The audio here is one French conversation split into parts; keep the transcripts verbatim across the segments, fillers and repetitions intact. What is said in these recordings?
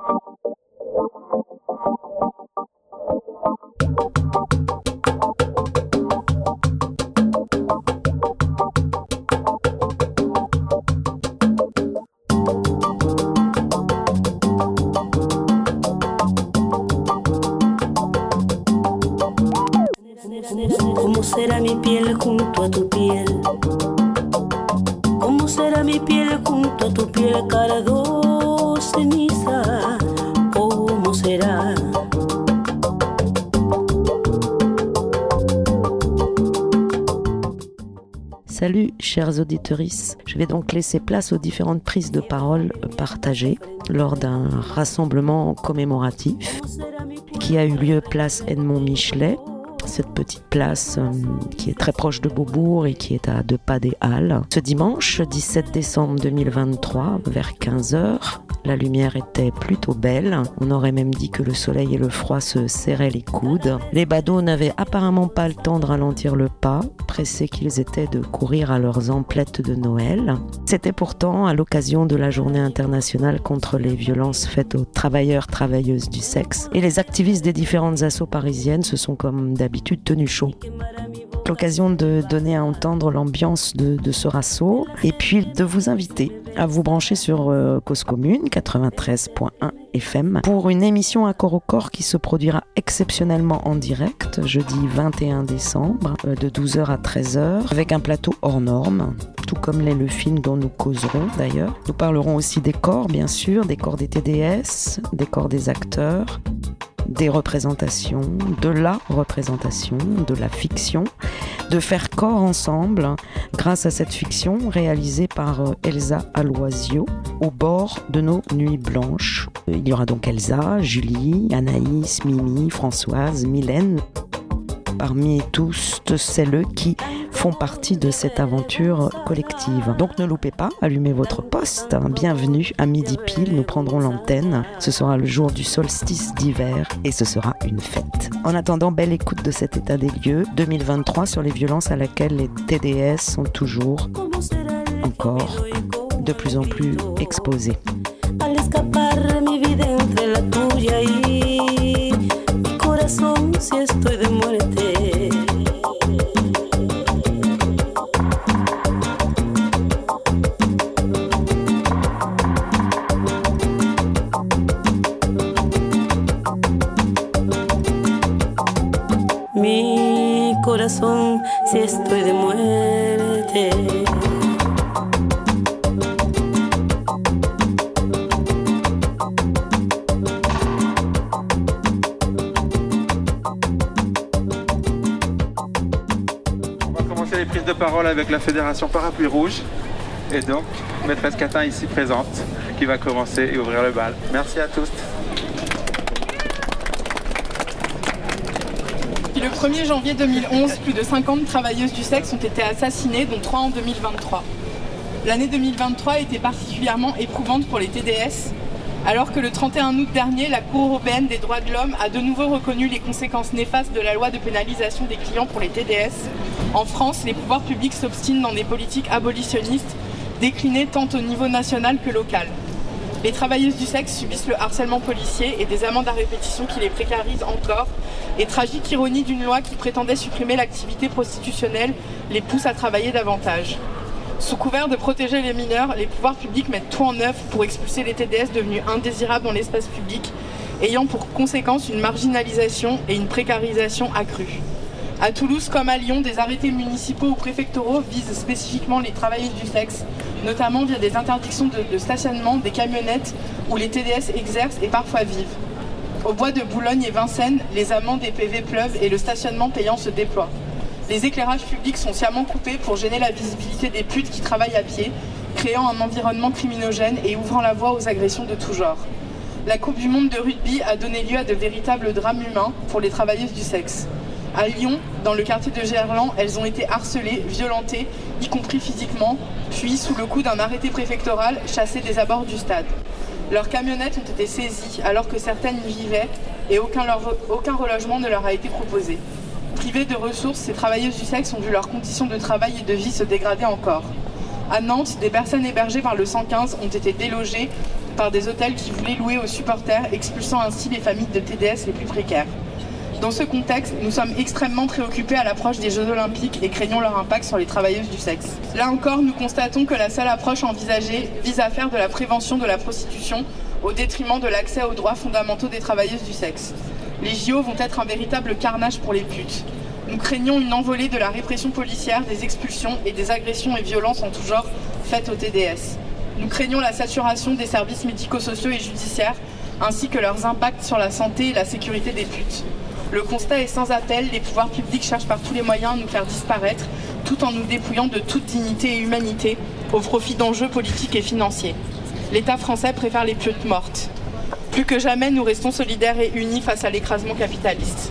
¿Cómo será mi piel junto a tu piel? ¿Cómo será mi piel junto a tu piel, cardo ceniza? ¿Cómo será? Salut chers auditeurs, je vais donc laisser place aux différentes prises de parole partagées lors d'un rassemblement commémoratif qui a eu lieu place Edmond Michelet, cette petite place euh, qui est très proche de Beaubourg et qui est à deux pas des Halles. Ce dimanche dix-sept décembre deux mille vingt-trois, vers quinze heures, la lumière était plutôt belle. On aurait même dit que le soleil et le froid se serraient les coudes. Les badauds n'avaient apparemment pas le temps de ralentir le pas, pressés qu'ils étaient de courir à leurs emplettes de Noël. C'était pourtant à l'occasion de la journée internationale contre les violences faites aux travailleurs, travailleuses du sexe. Et les activistes des différentes assos parisiennes se sont comme d'habitude tenus chaud. L'occasion de donner à entendre l'ambiance de, de ce rasso et puis de vous inviter à vous brancher sur euh, Cause Commune quatre-vingt-treize point un F M pour une émission à corps au corps qui se produira exceptionnellement en direct jeudi vingt et un décembre euh, de douze heures à treize heures avec un plateau hors norme, tout comme l'est le film dont nous causerons d'ailleurs. Nous parlerons aussi des corps bien sûr, des corps des T D S, des corps des acteurs, des représentations, de la représentation, de la fiction, de faire corps ensemble grâce à cette fiction réalisée par Elsa Aloisio au bord de nos nuits blanches. Il y aura donc Elsa, Julie, Anaïs, Mimi, Françoise, Mylène, parmi tous celles qui font partie de cette aventure collective. Donc ne loupez pas, allumez votre poste. Bienvenue à midi pile, nous prendrons l'antenne. Ce sera le jour du solstice d'hiver et ce sera une fête. En attendant, belle écoute de cet état des lieux deux mille vingt-trois sur les violences à laquelle les T D S sont toujours, encore, de plus en plus exposés. Al escapar mi vida entre la tuya y mi corazón, si estoy de muerte. Mi corazón, si estoy de muerte. Les prises de parole avec la Fédération Parapluie Rouge et donc maîtresse Catin ici présente qui va commencer et ouvrir le bal. Merci à tous. Le premier janvier deux mille onze, plus de cinquante travailleuses du sexe ont été assassinées, dont trois en deux mille vingt-trois. L'année deux mille vingt-trois a été particulièrement éprouvante pour les T D S, alors que le trente et un août dernier, la Cour européenne des droits de l'homme a de nouveau reconnu les conséquences néfastes de la loi de pénalisation des clients pour les T D S. En France, les pouvoirs publics s'obstinent dans des politiques abolitionnistes déclinées tant au niveau national que local. Les travailleuses du sexe subissent le harcèlement policier et des amendes à répétition qui les précarisent encore. Et tragique ironie d'une loi qui prétendait supprimer l'activité prostitutionnelle les pousse à travailler davantage. Sous couvert de protéger les mineurs, les pouvoirs publics mettent tout en œuvre pour expulser les T D S devenus indésirables dans l'espace public, ayant pour conséquence une marginalisation et une précarisation accrues. À Toulouse comme à Lyon, des arrêtés municipaux ou préfectoraux visent spécifiquement les travailleuses du sexe, notamment via des interdictions de, de stationnement des camionnettes où les T D S exercent et parfois vivent. Au bois de Boulogne et Vincennes, les amendes des P V pleuvent et le stationnement payant se déploie. Les éclairages publics sont sciemment coupés pour gêner la visibilité des putes qui travaillent à pied, créant un environnement criminogène et ouvrant la voie aux agressions de tout genre. La Coupe du monde de rugby a donné lieu à de véritables drames humains pour les travailleuses du sexe. À Lyon, dans le quartier de Gerland, elles ont été harcelées, violentées, y compris physiquement, puis, sous le coup d'un arrêté préfectoral, chassées des abords du stade. Leurs camionnettes ont été saisies alors que certaines y vivaient et aucun, leur, aucun relogement ne leur a été proposé. Privées de ressources, ces travailleuses du sexe ont vu leurs conditions de travail et de vie se dégrader encore. À Nantes, des personnes hébergées par le cent quinze ont été délogées par des hôtels qui voulaient louer aux supporters, expulsant ainsi les familles de T D S les plus précaires. Dans ce contexte, nous sommes extrêmement préoccupés à l'approche des Jeux Olympiques et craignons leur impact sur les travailleuses du sexe. Là encore, nous constatons que la seule approche envisagée vise à faire de la prévention de la prostitution au détriment de l'accès aux droits fondamentaux des travailleuses du sexe. Les J O vont être un véritable carnage pour les putes. Nous craignons une envolée de la répression policière, des expulsions et des agressions et violences en tout genre faites aux T D S. Nous craignons la saturation des services médico-sociaux et judiciaires, ainsi que leurs impacts sur la santé et la sécurité des putes. Le constat est sans appel, les pouvoirs publics cherchent par tous les moyens à nous faire disparaître, tout en nous dépouillant de toute dignité et humanité, au profit d'enjeux politiques et financiers. L'État français préfère les putes mortes. Plus que jamais, nous restons solidaires et unis face à l'écrasement capitaliste.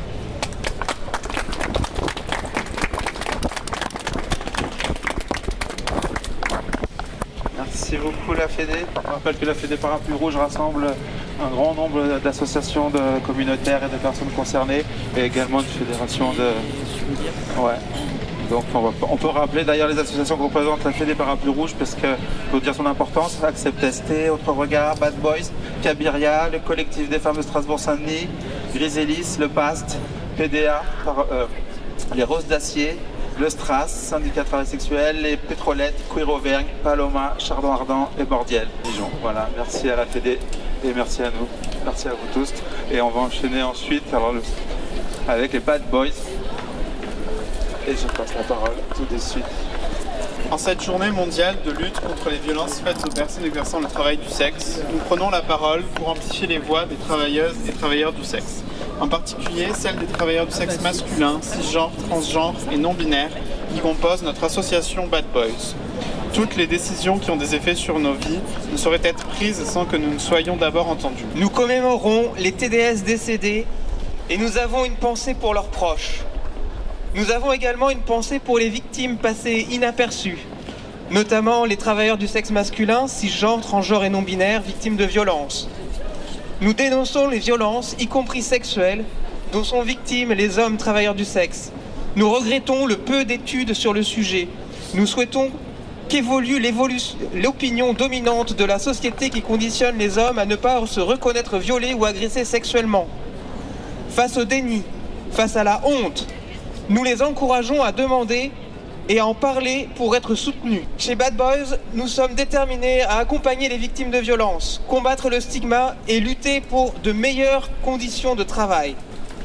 Merci beaucoup la Fédé. On rappelle que la Fédé Parapluie Rouge rassemble un grand nombre d'associations de communautaires et de personnes concernées, et également une fédération de... Ouais. Donc on, va... on peut rappeler d'ailleurs les associations qui représentent la Fédé Parapluie Rouge, parce que faut dire son importance: Accept S T, Autre Regard, Bad Boys, Cabiria, le collectif des femmes de Strasbourg-Saint-Denis, Grisélis, le P A S T, P D A, par, euh, les Roses d'Acier, le Stras, Syndicat de Travail Sexuel, les Pétrolettes, Queer Auvergne, Paloma, Chardon Ardent et Bordiel. Dijon. Voilà, merci à la Fédé et merci à nous. Merci à vous tous. Et on va enchaîner ensuite alors, le... avec les Bad Boys. Et je passe la parole tout de suite. En cette journée mondiale de lutte contre les violences faites aux personnes exerçant le travail du sexe, nous prenons la parole pour amplifier les voix des travailleuses et travailleurs du sexe. En particulier celles des travailleurs du sexe masculin, cisgenre, transgenre et non-binaire qui composent notre association Bad Boys. Toutes les décisions qui ont des effets sur nos vies ne sauraient être prises sans que nous ne soyons d'abord entendus. Nous commémorons les T D S décédés et nous avons une pensée pour leurs proches. Nous avons également une pensée pour les victimes passées inaperçues, notamment les travailleurs du sexe masculin, cisgenre, transgenre et non-binaire, victimes de violences. Nous dénonçons les violences, y compris sexuelles, dont sont victimes les hommes travailleurs du sexe. Nous regrettons le peu d'études sur le sujet. Nous souhaitons qu'évolue l'opinion dominante de la société qui conditionne les hommes à ne pas se reconnaître violés ou agressés sexuellement. Face au déni, face à la honte, nous les encourageons à demander et à en parler pour être soutenus. Chez Bad Boys, nous sommes déterminés à accompagner les victimes de violences, combattre le stigma et lutter pour de meilleures conditions de travail.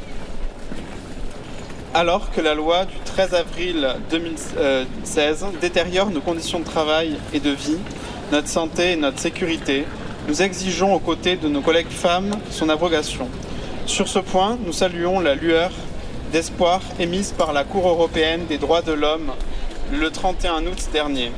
Alors que la loi du treize avril deux mille seize détériore nos conditions de travail et de vie, notre santé et notre sécurité, nous exigeons aux côtés de nos collègues femmes son abrogation. Sur ce point, nous saluons la lueur d'espoir émise par la Cour européenne des droits de l'homme le trente et un août dernier.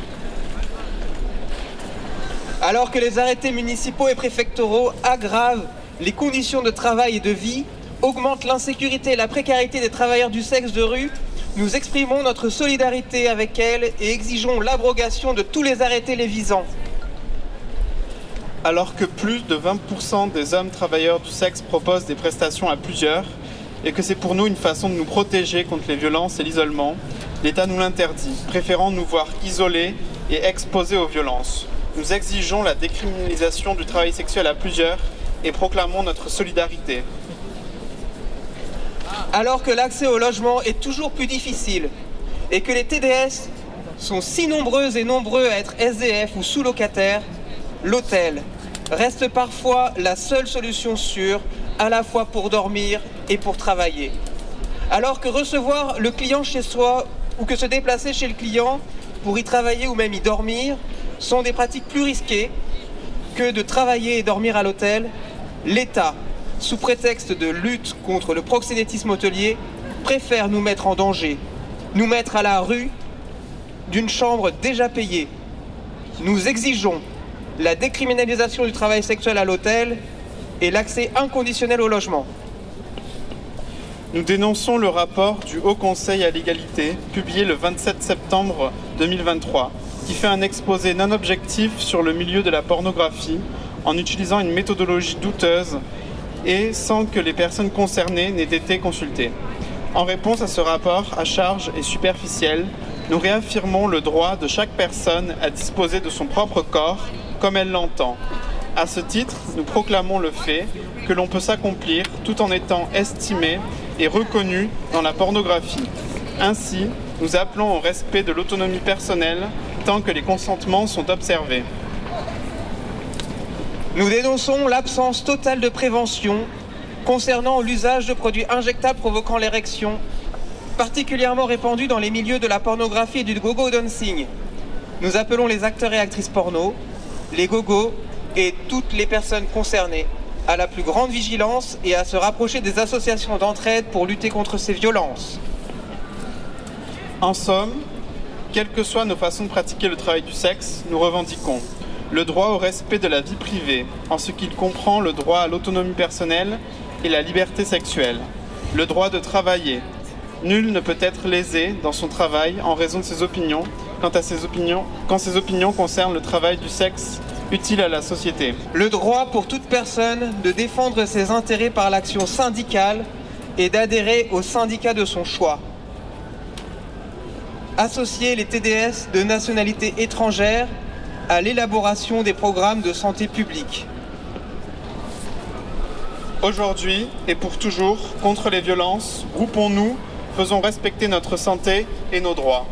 Alors que les arrêtés municipaux et préfectoraux aggravent les conditions de travail et de vie, augmentent l'insécurité et la précarité des travailleurs du sexe de rue, nous exprimons notre solidarité avec elles et exigeons l'abrogation de tous les arrêtés les visant. Alors que plus de vingt pour cent des hommes travailleurs du sexe proposent des prestations à plusieurs, et que c'est pour nous une façon de nous protéger contre les violences et l'isolement, l'État nous l'interdit, préférant nous voir isolés et exposés aux violences. Nous exigeons la décriminalisation du travail sexuel à plusieurs et proclamons notre solidarité. Alors que l'accès au logement est toujours plus difficile et que les T D S sont si nombreux et nombreux à être S D F ou sous-locataires, l'hôtel reste parfois la seule solution sûre, à la fois pour dormir et pour travailler. Alors que recevoir le client chez soi ou que se déplacer chez le client pour y travailler ou même y dormir sont des pratiques plus risquées que de travailler et dormir à l'hôtel, l'État, sous prétexte de lutte contre le proxénétisme hôtelier, préfère nous mettre en danger, nous mettre à la rue d'une chambre déjà payée. Nous exigeons la décriminalisation du travail sexuel à l'hôtel et l'accès inconditionnel au logement. Nous dénonçons le rapport du Haut Conseil à l'égalité, publié le vingt-sept septembre deux mille vingt-trois, qui fait un exposé non objectif sur le milieu de la pornographie en utilisant une méthodologie douteuse et sans que les personnes concernées n'aient été consultées. En réponse à ce rapport à charge et superficiel, nous réaffirmons le droit de chaque personne à disposer de son propre corps comme elle l'entend, À ce titre, nous proclamons le fait que l'on peut s'accomplir tout en étant estimé et reconnu dans la pornographie. Ainsi, nous appelons au respect de l'autonomie personnelle tant que les consentements sont observés. Nous dénonçons l'absence totale de prévention concernant l'usage de produits injectables provoquant l'érection, particulièrement répandus dans les milieux de la pornographie et du gogo dancing. Nous appelons les acteurs et actrices porno, les gogos et toutes les personnes concernées à la plus grande vigilance et à se rapprocher des associations d'entraide pour lutter contre ces violences. En somme, quelles que soient nos façons de pratiquer le travail du sexe, nous revendiquons le droit au respect de la vie privée, en ce qu'il comprend le droit à l'autonomie personnelle et la liberté sexuelle, le droit de travailler. Nul ne peut être lésé dans son travail en raison de ses opinions, quand, à ses opinions, quand ses opinions concernent le travail du sexe utile à la société. Le droit pour toute personne de défendre ses intérêts par l'action syndicale et d'adhérer au syndicat de son choix. Associer les T D S de nationalité étrangère à l'élaboration des programmes de santé publique. Aujourd'hui et pour toujours, contre les violences, groupons-nous, faisons respecter notre santé et nos droits.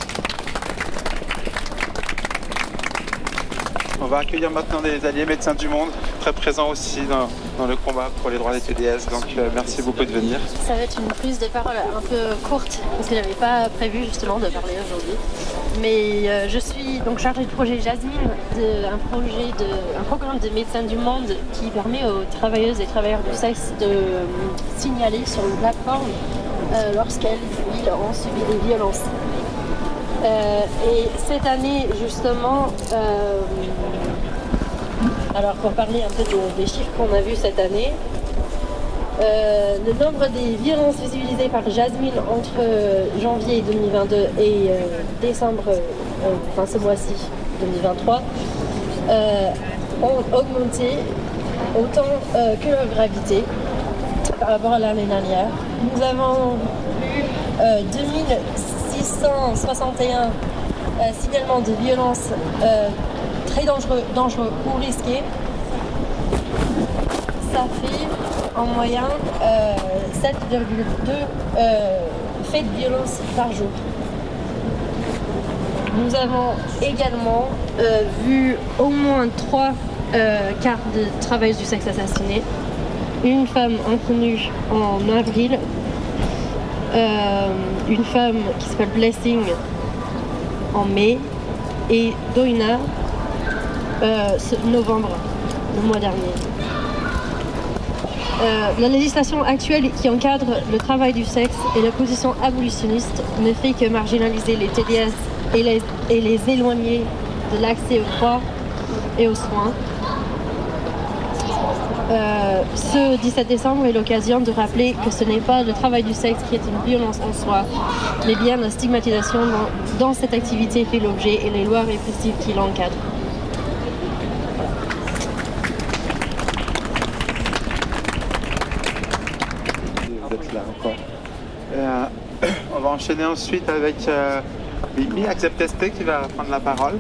On va accueillir maintenant les alliés médecins du monde, très présents aussi dans, dans le combat pour les droits des T D S. Donc euh, merci beaucoup de venir. Ça va être une prise de parole un peu courte, parce que je n'avais pas prévu justement de parler aujourd'hui. Mais euh, je suis donc chargée de projet Jasmine, de, un, projet de, un programme de médecins du monde qui permet aux travailleuses et travailleurs du sexe de euh, signaler sur une plateforme euh, lorsqu'elles ont subi des violences. Euh, et cette année, justement, euh, alors pour parler un peu de, des chiffres qu'on a vus cette année, euh, le nombre des violences visibilisées par Jasmine entre euh, janvier deux mille vingt-deux et euh, décembre, euh, enfin ce mois-ci, deux mille vingt-trois, euh, ont augmenté autant euh, que leur gravité par rapport à l'année dernière. Nous avons eu euh, deux mille six cent soixante et un euh, signalements de violences euh, très dangereux, dangereux ou risqués. Ça fait en moyenne euh, sept virgule deux euh, faits de violence par jour. Nous avons également euh, vu au moins trois euh, cas de travailleuses du sexe assassinées. Une femme inconnue en avril, euh, une femme qui s'appelle Blessing en mai et Doina euh, ce novembre, le mois dernier. Euh, la législation actuelle qui encadre le travail du sexe et la position abolitionniste ne fait que marginaliser les T D S et les, et les éloigner de l'accès aux droits et aux soins. Euh, ce dix-sept décembre est l'occasion de rappeler que ce n'est pas le travail du sexe qui est une violence en soi, mais bien la stigmatisation dont, dont cette activité fait l'objet et les lois répressives qui l'encadrent. Vous êtes là encore. Euh, on va enchaîner ensuite avec euh, Mimi Accepteste qui va prendre la parole.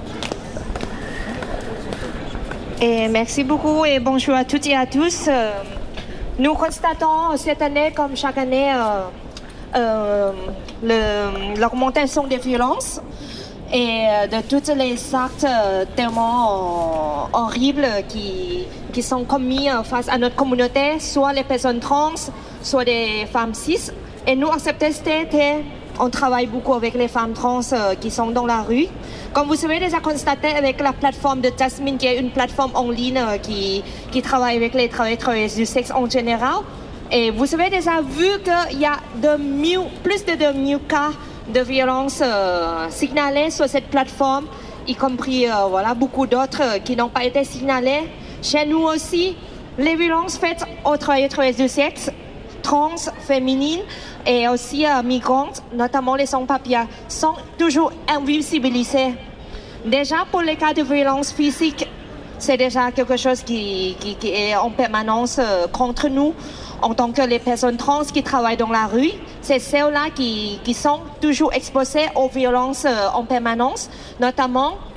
Et merci beaucoup et bonjour à toutes et à tous. Euh, nous constatons cette année, comme chaque année, euh, euh, le, l'augmentation des violences et de toutes les actes tellement euh, horribles qui, qui sont commis face à notre communauté, soit les personnes trans, soit des femmes cis. Et nous, Accepteste, on travaille beaucoup avec les femmes trans euh, qui sont dans la rue. Comme vous avez déjà constaté avec la plateforme de Jasmine, qui est une plateforme en ligne euh, qui, qui travaille avec les travailleurs du sexe en général. Et vous avez déjà vu qu'il y a de mille, plus de deux mille cas de violences euh, signalés sur cette plateforme, y compris euh, voilà, beaucoup d'autres euh, qui n'ont pas été signalés. Chez nous aussi, les violences faites aux travailleurs du sexe, trans, féminines et aussi euh, migrantes, notamment les sans-papiers, sont toujours invisibilisées. Déjà, pour les cas de violence physique, c'est déjà quelque chose qui, qui, qui est en permanence euh, contre nous. En tant que les personnes trans qui travaillent dans la rue, c'est celles-là qui, qui sont toujours exposées aux violences euh, en permanence, notamment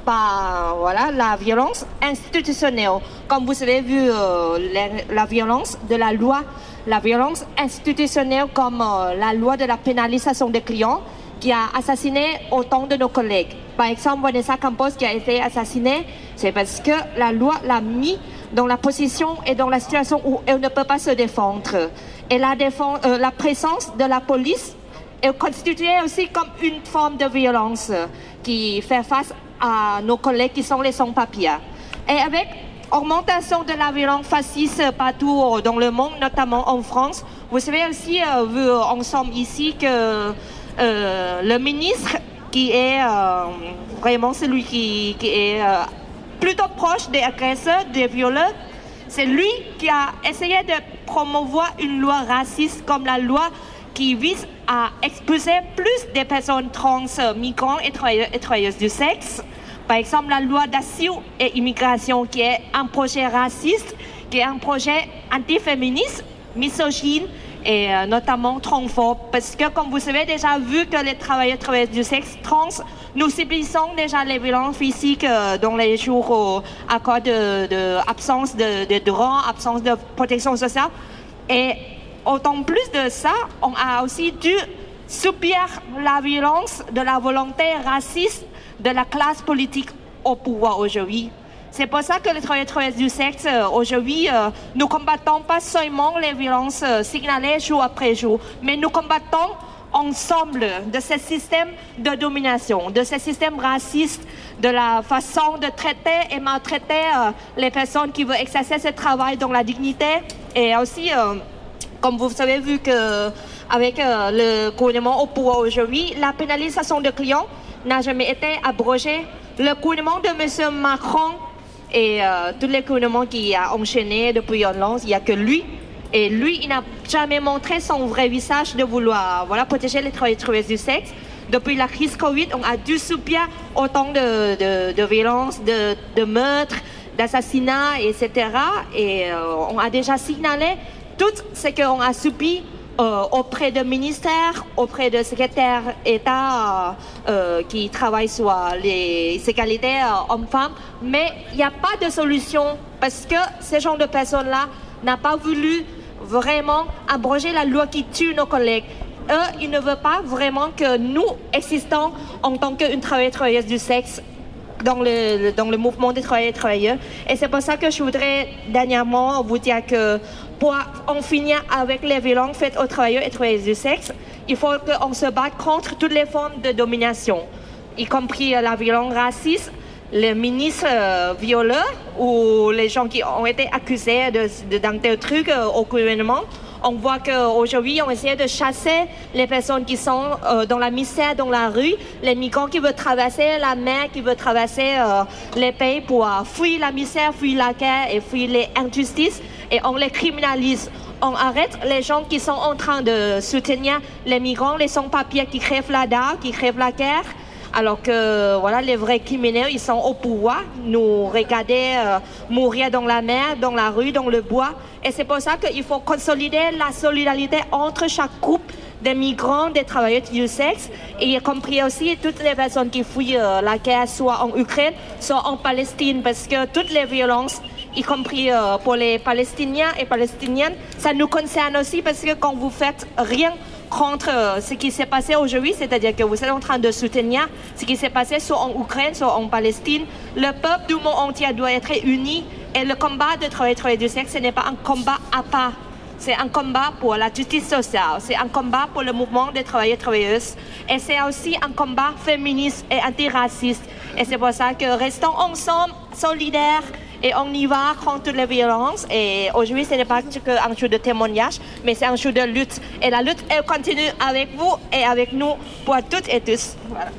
par voilà, la violence institutionnelle. Comme vous avez vu, euh, la, la violence de la loi, la violence institutionnelle comme euh, la loi de la pénalisation des clients qui a assassiné autant de nos collègues. Par exemple, Vanessa Campos qui a été assassinée, c'est parce que la loi l'a mis dans la position et dans la situation où elle ne peut pas se défendre. Et la, défense, euh, la présence de la police est constituée aussi comme une forme de violence qui fait face à nos collègues qui sont les sans-papiers. Et avec augmentation de la violence fasciste partout dans le monde, notamment en France, vous savez aussi, euh, vu ensemble ici, que euh, le ministre qui est euh, vraiment celui qui, qui est euh, plutôt proche des agresseurs, des violeurs, c'est lui qui a essayé de promouvoir une loi raciste comme la loi qui vise à expulser plus des personnes trans, migrants et travailleurs et travailleuses du sexe. Par exemple, la loi d'asile et immigration qui est un projet raciste, qui est un projet antiféministe, misogyne et euh, notamment transphobe. Parce que comme vous avez déjà vu que les travailleurs et travailleuses du sexe trans, nous subissons déjà les violences physiques euh, dans les jours euh, à cause de, de absence de, de droits, absence de protection sociale. Et autant plus de ça, on a aussi dû subir la violence de la volonté raciste de la classe politique au pouvoir aujourd'hui. C'est pour ça que les travailleurs et travailleuses du sexe, euh, aujourd'hui, euh, nous combattons pas seulement les violences euh, signalées jour après jour, mais nous combattons ensemble de ce système de domination, de ce système raciste, de la façon de traiter et maltraiter euh, les personnes qui veulent exercer ce travail dans la dignité. Et aussi, euh, comme vous avez vu que avec euh, le gouvernement au pouvoir aujourd'hui, la pénalisation des clients n'a jamais été abrogée. Le gouvernement de M. Macron et euh, tous les gouvernements qui ont enchaîné depuis longtemps, il n'y a que lui. Et lui, il n'a jamais montré son vrai visage de vouloir voilà, protéger les travailleurs et travailleuses du sexe. Depuis la crise Covid, on a dû subir autant de, de, de violences, de, de meurtres, d'assassinats, et cetera. Et euh, on a déjà signalé tout ce qu'on a subi Euh, auprès de ministères, auprès de secrétaires d'État euh, euh, qui travaillent sur les égalités euh, hommes-femmes, mais il n'y a pas de solution parce que ce genre de personnes-là n'ont pas voulu vraiment abroger la loi qui tue nos collègues. Eux, ils ne veulent pas vraiment que nous existons en tant qu'une travailleuse, travailleuse du sexe dans le, dans le mouvement des travailleurs et travailleurs. Et c'est pour ça que je voudrais dernièrement vous dire que pour en finir avec les violences faites aux travailleurs et travailleuses du sexe, il faut qu'on se batte contre toutes les formes de domination, y compris la violence raciste, les ministres euh, violeurs ou les gens qui ont été accusés de, de, d'un tel truc euh, au gouvernement. On voit qu'aujourd'hui, on essaie de chasser les personnes qui sont euh, dans la misère, dans la rue, les migrants qui veulent traverser la mer, qui veulent traverser euh, les pays pour euh, fuir la misère, fuir la guerre et fuir les injustices. Et on les criminalise. On arrête les gens qui sont en train de soutenir les migrants, les sans-papiers qui crèvent la dalle, qui crèvent la guerre. Alors que voilà, les vrais criminels, ils sont au pouvoir, nous regarder euh, mourir dans la mer, dans la rue, dans le bois. Et c'est pour ça qu'il faut consolider la solidarité entre chaque groupe des migrants, des travailleurs du sexe, et y compris aussi toutes les personnes qui fuient euh, la guerre, soit en Ukraine, soit en Palestine, parce que toutes les violences, y compris euh, pour les Palestiniens et Palestiniennes, ça nous concerne aussi parce que quand vous faites rien contre ce qui s'est passé aujourd'hui, c'est-à-dire que vous êtes en train de soutenir ce qui s'est passé soit en Ukraine, soit en Palestine. Le peuple du monde entier doit être uni et le combat de travail et travail du sexe, ce n'est pas un combat à part. C'est un combat pour la justice sociale, c'est un combat pour le mouvement des travailleurs et travailleuses et c'est aussi un combat féministe et antiraciste. Et c'est pour ça que restons ensemble, solidaires, et on y va contre toutes les violences. Et aujourd'hui, ce n'est pas qu'un jour de témoignage, mais c'est un jour de lutte. Et la lutte, elle continue avec vous et avec nous pour toutes et tous. Voilà.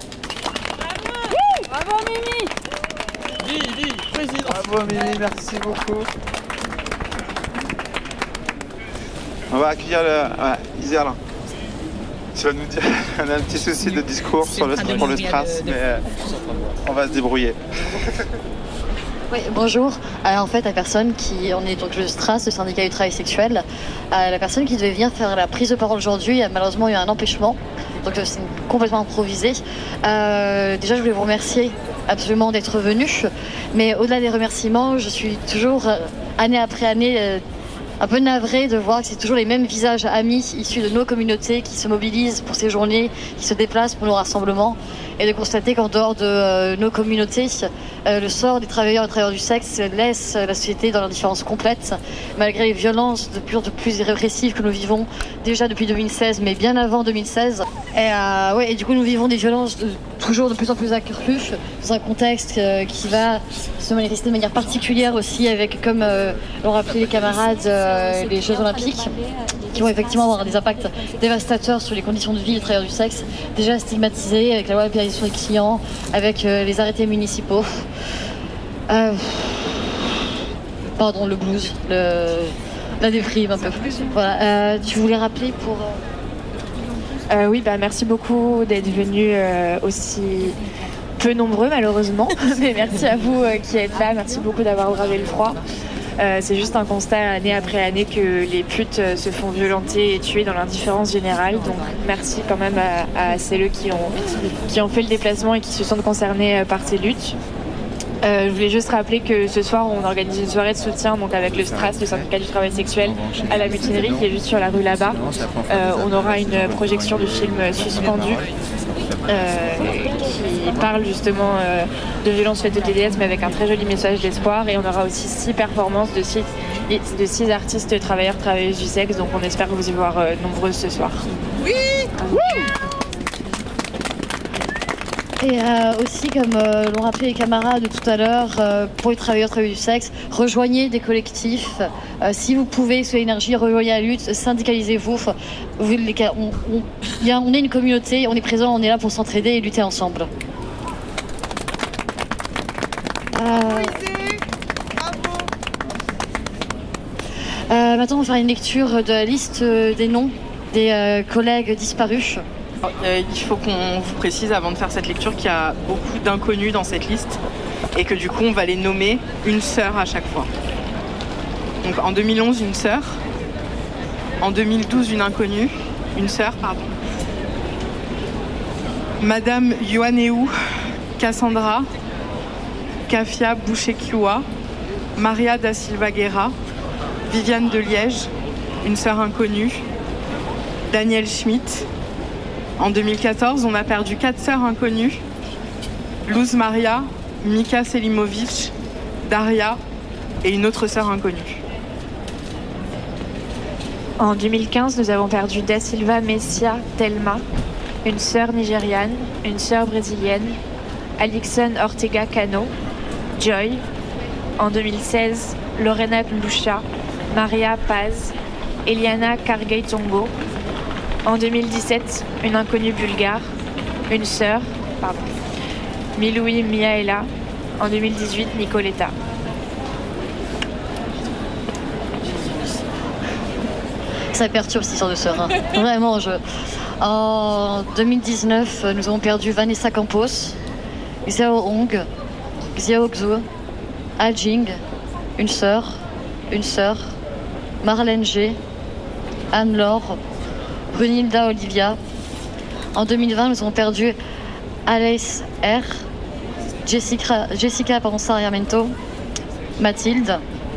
Bravo, Bravo Mimi. Mimi, président. Bravo Mimi, merci beaucoup. On va accueillir le... Ouais, Isère. Tu vas nous dire, on a un petit souci de discours sur le, pour le Stras, mais euh, on va se débrouiller. Oui, bonjour. Alors, en fait, la personne qui, on est donc le Stras, le syndicat du travail sexuel, euh, la personne qui devait venir faire la prise de parole aujourd'hui a malheureusement eu un empêchement, donc c'est complètement improvisé. Euh, déjà, je voulais vous remercier absolument d'être venus. Mais au-delà des remerciements, je suis toujours, euh, année après année, euh, un peu navrée de voir que c'est toujours les mêmes visages amis issus de nos communautés qui se mobilisent pour ces journées, qui se déplacent pour nos rassemblements, et de constater qu'en dehors de euh, nos communautés, euh, le sort des travailleurs et travailleurs du sexe laisse la société dans l'indifférence complète, malgré les violences de plus en plus répressives que nous vivons déjà depuis deux mille seize, mais bien avant deux mille seize. Et, euh, ouais, et du coup, nous vivons des violences de, toujours de plus en plus accrues, dans un contexte euh, qui va se manifester de manière particulière aussi, avec, comme euh, l'ont rappelé les camarades, euh, les Jeux Olympiques, qui vont effectivement avoir des impacts dévastateurs sur les conditions de vie des travailleurs du sexe, déjà stigmatisés avec la loi de pénalisation des clients, avec euh, les arrêtés municipaux. Euh... Pardon, le blues, le... la déprime un peu. Voilà. Euh, tu voulais rappeler pour... Euh, oui, bah, merci beaucoup d'être venus euh, aussi peu nombreux malheureusement, mais merci à vous euh, qui êtes là, merci beaucoup d'avoir bravé le froid. Euh, c'est juste un constat année après année que les putes euh, se font violenter et tuer dans l'indifférence générale. Donc merci quand même à, à celles qui ont, qui ont fait le déplacement et qui se sentent concernés euh, par ces luttes. Euh, je voulais juste rappeler que ce soir on organise une soirée de soutien donc avec le STRAS, le syndicat du travail sexuel, à la mutinerie qui est juste sur la rue là-bas. Euh, on aura une projection du film Suspendu euh, qui parle justement euh, de violences faites au T D S mais avec un très joli message d'espoir, et on aura aussi six performances de six, de six artistes travailleurs travailleuses du sexe, donc on espère vous y voir euh, nombreuses ce soir. Oui, oui. Et euh, aussi, comme euh, l'ont rappelé les camarades tout à l'heure, euh, pour les travailleurs travailleuses du sexe, rejoignez des collectifs. Euh, si vous pouvez, sous l'énergie, rejoignez la lutte, syndicalisez-vous. Vous les, on, on, y a, on est une communauté, on est présent, on est là pour s'entraider et lutter ensemble. Euh... Euh, maintenant, on va faire une lecture de la liste des noms des euh, collègues disparus. Euh, il faut qu'on vous précise avant de faire cette lecture qu'il y a beaucoup d'inconnus dans cette liste et que du coup on va les nommer une sœur à chaque fois. Donc en deux mille onze une sœur, en deux mille douze une inconnue, une sœur pardon. Madame Ioanneou Cassandra Kafia Bouchekiwa, Maria da Silva Guerra, Viviane de Liège, une sœur inconnue, Daniel Schmitt. En deux mille quatorze, on a perdu quatre sœurs inconnues, Luz Maria, Mika Selimovic, Daria et une autre sœur inconnue. En deux mille quinze, nous avons perdu Da Silva Messia Telma, une sœur nigériane, une sœur brésilienne, Alixon Ortega Cano, Joy. En deux mille seize, Lorena Lucha, Maria Paz, Eliana Kargay-Tongo. En deux mille dix-sept, une inconnue bulgare, une sœur, pardon, Miloui Miaela. En deux mille dix-huit, Nicoletta. Ça perturbe cette histoire de sœur. Hein. Vraiment, je... En deux mille dix-neuf, nous avons perdu Vanessa Campos, Xiao Hong, Xiao Xu, Ajing, une sœur, une sœur, Marlène G, Anne-Laure, Brunilda Olivia. En deux mille vingt, nous avons perdu Alice R, Jessica, Jessica pardon, Sarriamento, Mathilde.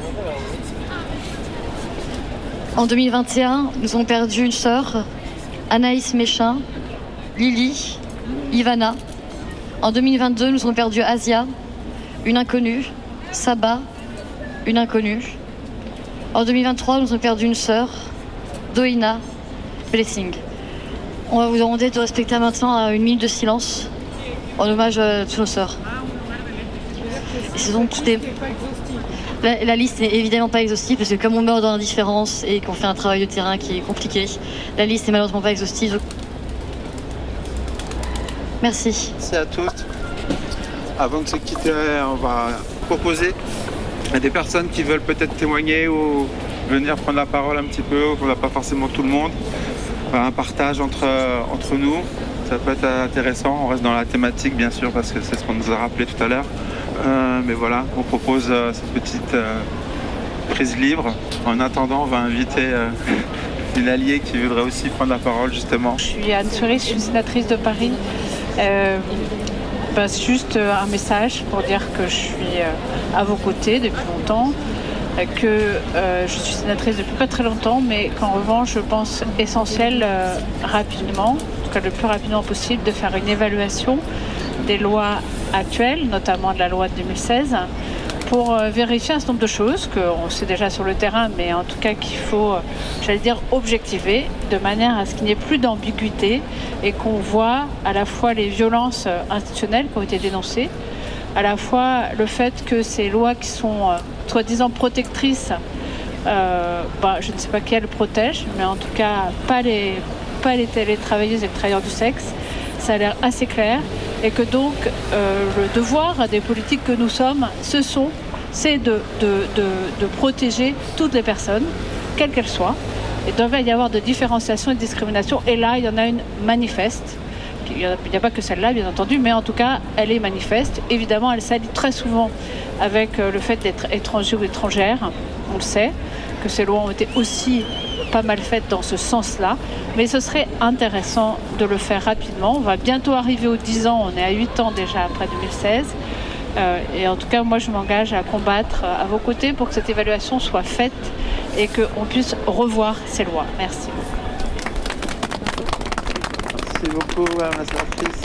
En deux mille vingt et un, nous avons perdu une sœur, Anaïs Méchin, Lily, Ivana. En deux mille vingt-deux, nous avons perdu Asia, une inconnue, Saba, une inconnue. En deux mille vingt-trois, nous avons perdu une sœur, Doina, Blessing. On va vous demander de respecter maintenant une minute de silence en hommage à toutes nos sœurs. Et ce sont toutes des... la, la liste n'est évidemment pas exhaustive parce que comme on meurt dans l'indifférence et qu'on fait un travail de terrain qui est compliqué, la liste n'est malheureusement pas exhaustive. Merci. Merci à tous. Avant de se quitter, on va proposer à des personnes qui veulent peut-être témoigner ou venir prendre la parole un petit peu, on n'a pas forcément tout le monde. Un partage entre, entre nous, ça peut être intéressant. On reste dans la thématique bien sûr parce que c'est ce qu'on nous a rappelé tout à l'heure. Euh, mais voilà, on propose euh, cette petite euh, prise libre. En attendant, on va inviter euh, une alliée qui voudrait aussi prendre la parole justement. Je suis Anne Souris, je suis sénatrice de Paris. Euh, passe juste un message pour dire que je suis à vos côtés depuis longtemps, que euh, je suis sénatrice depuis pas très longtemps, mais qu'en revanche, je pense essentiel euh, rapidement, en tout cas le plus rapidement possible, de faire une évaluation des lois actuelles, notamment de la loi de deux mille seize, pour euh, vérifier un certain nombre de choses qu'on sait déjà sur le terrain, mais en tout cas qu'il faut, euh, j'allais dire, objectiver, de manière à ce qu'il n'y ait plus d'ambiguïté et qu'on voit à la fois les violences institutionnelles qui ont été dénoncées, à la fois le fait que ces lois qui sont euh, soi-disant protectrices, euh, bah, je ne sais pas qui elles protègent, mais en tout cas pas les, pas les, les travailleuses et les travailleurs du sexe, ça a l'air assez clair, et que donc euh, le devoir des politiques que nous sommes, ce sont, c'est de, de, de, de protéger toutes les personnes, quelles qu'elles soient. Il doit y avoir de différenciation et de discrimination, et là il y en a une manifeste. Il n'y a pas que celle-là, bien entendu, mais en tout cas, elle est manifeste. Évidemment, elle s'allie très souvent avec le fait d'être étranger ou étrangère. On le sait, que ces lois ont été aussi pas mal faites dans ce sens-là. Mais ce serait intéressant de le faire rapidement. On va bientôt arriver aux dix ans, on est à huit ans déjà après deux mille seize. Euh, et en tout cas, moi, je m'engage à combattre à vos côtés pour que cette évaluation soit faite et qu'on puisse revoir ces lois. Merci beaucoup. Merci beaucoup, madame la sénatrice.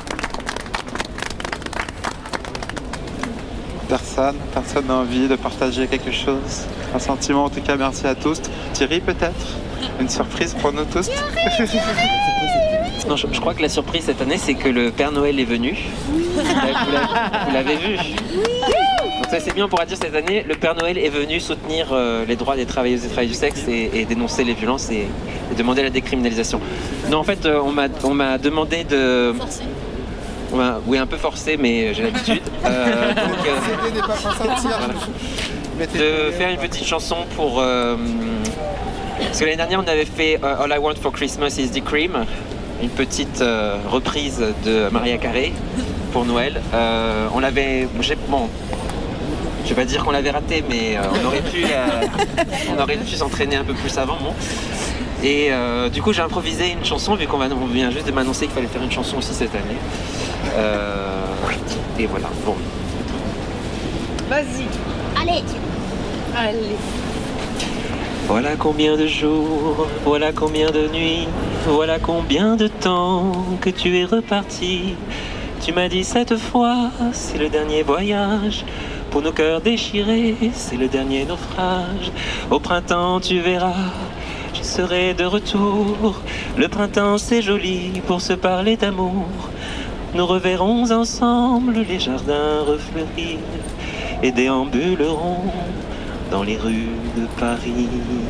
Personne, personne n'a envie de partager quelque chose, un sentiment. En tout cas, merci à tous. Thierry, peut-être une surprise pour nous tous. Non, je, je crois que la surprise cette année, c'est que le Père Noël est venu. Vous l'avez, vous l'avez vu. Donc ça, c'est bien, on pourra dire cette année, le Père Noël est venu soutenir euh, les droits des travailleuses et travailleurs du sexe et, et dénoncer les violences et, et demander la décriminalisation. Non, en fait, euh, on m'a, on m'a demandé de... Forcé. On m'a, oui, un peu forcé, mais j'ai l'habitude. Euh, donc, euh, voilà. De faire une petite chanson pour... Euh, parce que l'année dernière, on avait fait uh, All I Want for Christmas is the Cream, une petite euh, reprise de Mariah Carey pour Noël. Euh, on l'avait... J'ai, bon, je vais pas dire qu'on l'avait raté, mais euh, on aurait pu, euh, on aurait pu s'entraîner un peu plus avant. Bon. Et euh, du coup, j'ai improvisé une chanson, vu qu'on va, on vient juste de m'annoncer qu'il fallait faire une chanson aussi cette année. Euh, et voilà. Bon. Vas-y. Allez. Allez. Voilà combien de jours, voilà combien de nuits, voilà combien de temps que tu es reparti. Tu m'as dit cette fois, c'est le dernier voyage. Pour nos cœurs déchirés, c'est le dernier naufrage. Au printemps, tu verras, je serai de retour. Le printemps, c'est joli pour se parler d'amour. Nous reverrons ensemble les jardins refleurir et déambulerons dans les rues de Paris.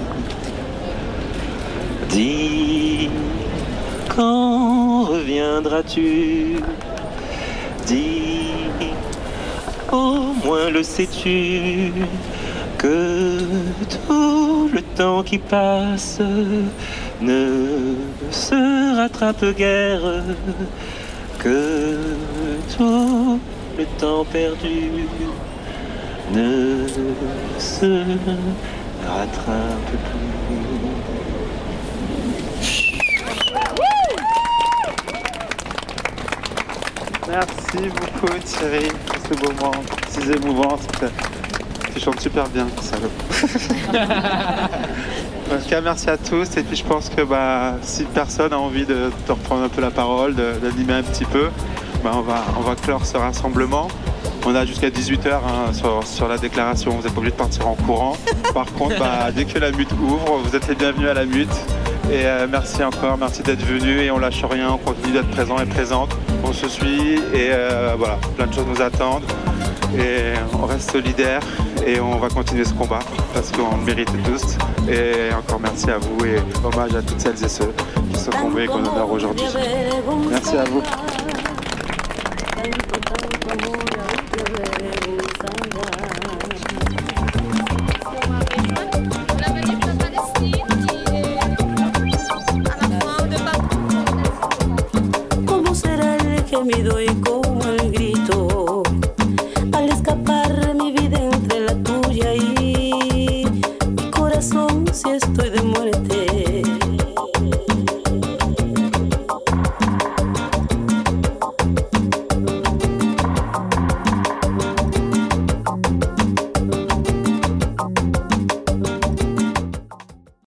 Dis, quand reviendras-tu? Dis, au moins le sais-tu, que tout le temps qui passe ne se rattrape guère, que tout le temps perdu ne se rattrape plus. Merci beaucoup Thierry pour ce moment si émouvant. Tu chantes super bien, salaud. En tout cas, merci à tous. Et puis je pense que bah, si personne a envie de, de reprendre un peu la parole, de, d'animer un petit peu, bah, on, va, on va clore ce rassemblement. On a jusqu'à dix-huit heures hein, sur, sur la déclaration, vous n'êtes pas obligé de partir en courant. Par contre, bah, dès que la mute ouvre, vous êtes les bienvenus à la mute. Et euh, merci encore, merci d'être venus et on lâche rien, on continue d'être présent et présente. On se suit et euh, voilà, plein de choses nous attendent. Et on reste solidaires et on va continuer ce combat parce qu'on le mérite tous. Et encore merci à vous et hommage à toutes celles et ceux qui sont tombés et qu'on honore aujourd'hui. Merci à vous. Me doy como el grito al escapar mi vida entre la tuya y mi corazón si estoy de muerte.